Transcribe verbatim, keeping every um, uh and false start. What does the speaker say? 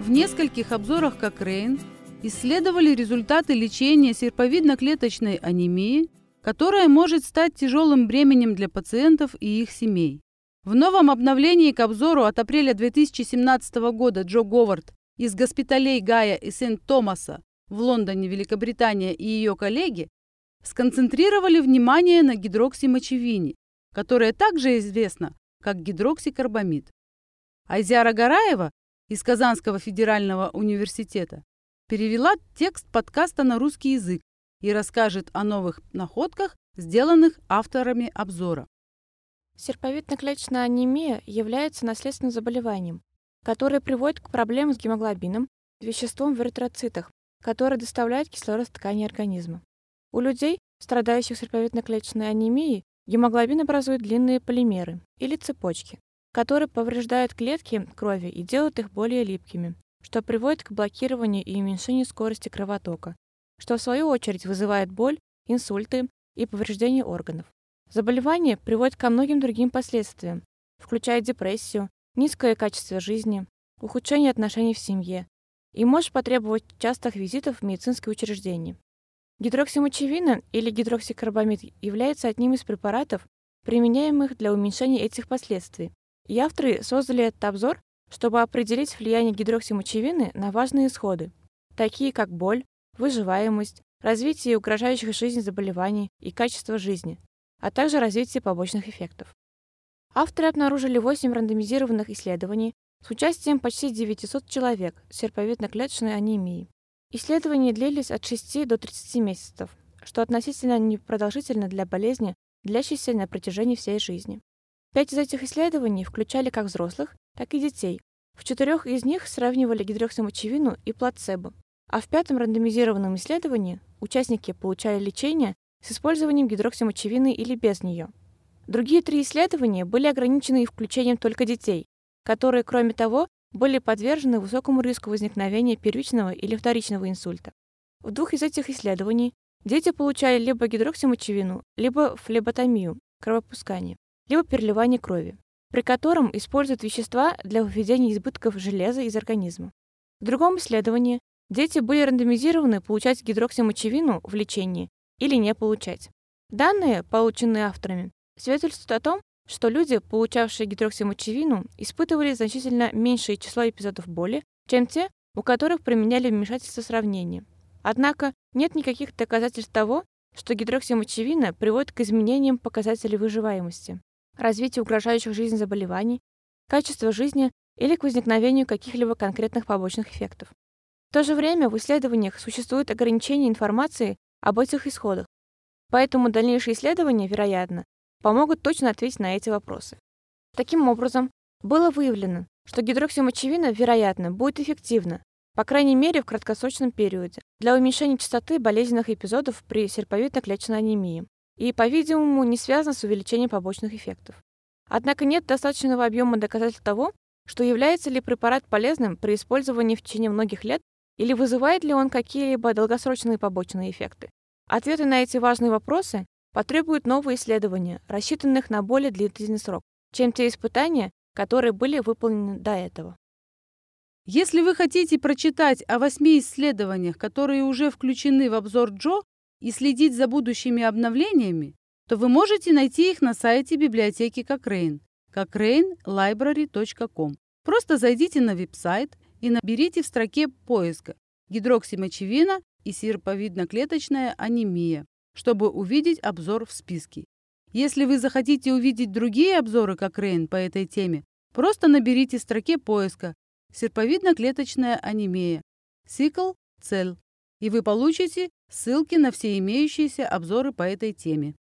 В нескольких обзорах Cochrane исследовали результаты лечения серповидно-клеточной анемии, которая может стать тяжелым бременем для пациентов и их семей. В новом обновлении к обзору от апреля две тысячи семнадцатого года Джо Говард из госпиталей Гая и Сент-Томаса в Лондоне, Великобритания, и ее коллеги сконцентрировали внимание на гидроксимочевине, которая также известна как гидроксикарбамид. Айзяра Гараева из Казанского федерального университета перевела текст подкаста на русский язык и расскажет о новых находках, сделанных авторами обзора. Серповидно-клеточная анемия является наследственным заболеванием, которое приводит к проблемам с гемоглобином, веществом в эритроцитах, которое доставляет кислород в ткани организма. У людей, страдающих серповидно-клеточной анемией, гемоглобин образует длинные полимеры или цепочки, которые повреждают клетки крови и делают их более липкими, что приводит к блокированию и уменьшению скорости кровотока, что в свою очередь вызывает боль, инсульты и повреждение органов. Заболевание приводит ко многим другим последствиям, включая депрессию, низкое качество жизни, ухудшение отношений в семье и может потребовать частых визитов в медицинские учреждения. Гидроксимочевина или гидроксикарбамид является одним из препаратов, применяемых для уменьшения этих последствий. И авторы создали этот обзор, чтобы определить влияние гидроксимочевины на важные исходы, такие как боль, выживаемость, развитие угрожающих жизни заболеваний и качество жизни, а также развитие побочных эффектов. Авторы обнаружили восемь рандомизированных исследований с участием почти девятисот человек с серповидно-клеточной анемией. Исследования длились от шести до тридцати месяцев, что относительно непродолжительно для болезни, длящейся на протяжении всей жизни. Пять из этих исследований включали как взрослых, так и детей. В четырех из них сравнивали гидроксимочевину и плацебо, а в пятом рандомизированном исследовании участники получали лечение с использованием гидроксимочевины или без нее. Другие три исследования были ограничены включением только детей, которые, кроме того, были подвержены высокому риску возникновения первичного или вторичного инсульта. В двух из этих исследований дети получали либо гидроксимочевину, либо флеботомию, кровопускание, либо переливание крови, при котором используют вещества для выведения избытков железа из организма. В другом исследовании дети были рандомизированы получать гидроксимочевину в лечении или не получать. Данные, полученные авторами, свидетельствуют о том, что люди, получавшие гидроксимочевину, испытывали значительно меньшее число эпизодов боли, чем те, у которых применяли вмешательство сравнения. Однако нет никаких доказательств того, что гидроксимочевина приводит к изменениям показателей выживаемости, развитию угрожающих жизни заболеваний, качества жизни или к возникновению каких-либо конкретных побочных эффектов. В то же время в исследованиях существует ограничение информации об этих исходах, поэтому дальнейшие исследования, вероятно, помогут точно ответить на эти вопросы. Таким образом, было выявлено, что гидроксимочевина, вероятно, будет эффективна, по крайней мере в краткосрочном периоде, для уменьшения частоты болезненных эпизодов при серповидно-клеточной анемии и, по-видимому, не связана с увеличением побочных эффектов. Однако нет достаточного объема доказательств того, что является ли препарат полезным при использовании в течение многих лет или вызывает ли он какие-либо долгосрочные побочные эффекты. Ответы на эти важные вопросы потребуют новые исследования, рассчитанных на более длительный срок, чем те испытания, которые были выполнены до этого. Если вы хотите прочитать о восьми исследованиях, которые уже включены в обзор Джо, и следить за будущими обновлениями, то вы можете найти их на сайте библиотеки Cochrane cochrane library точка com. Просто зайдите на веб-сайт и наберите в строке поиска «Гидроксимочевина и серповидно-клеточная анемия», чтобы увидеть обзор в списке. Если вы захотите увидеть другие обзоры Cochrane по этой теме, просто наберите в строке поиска «Серповидно-клеточная анемия» Сикл Цел, и вы получите ссылки на все имеющиеся обзоры по этой теме.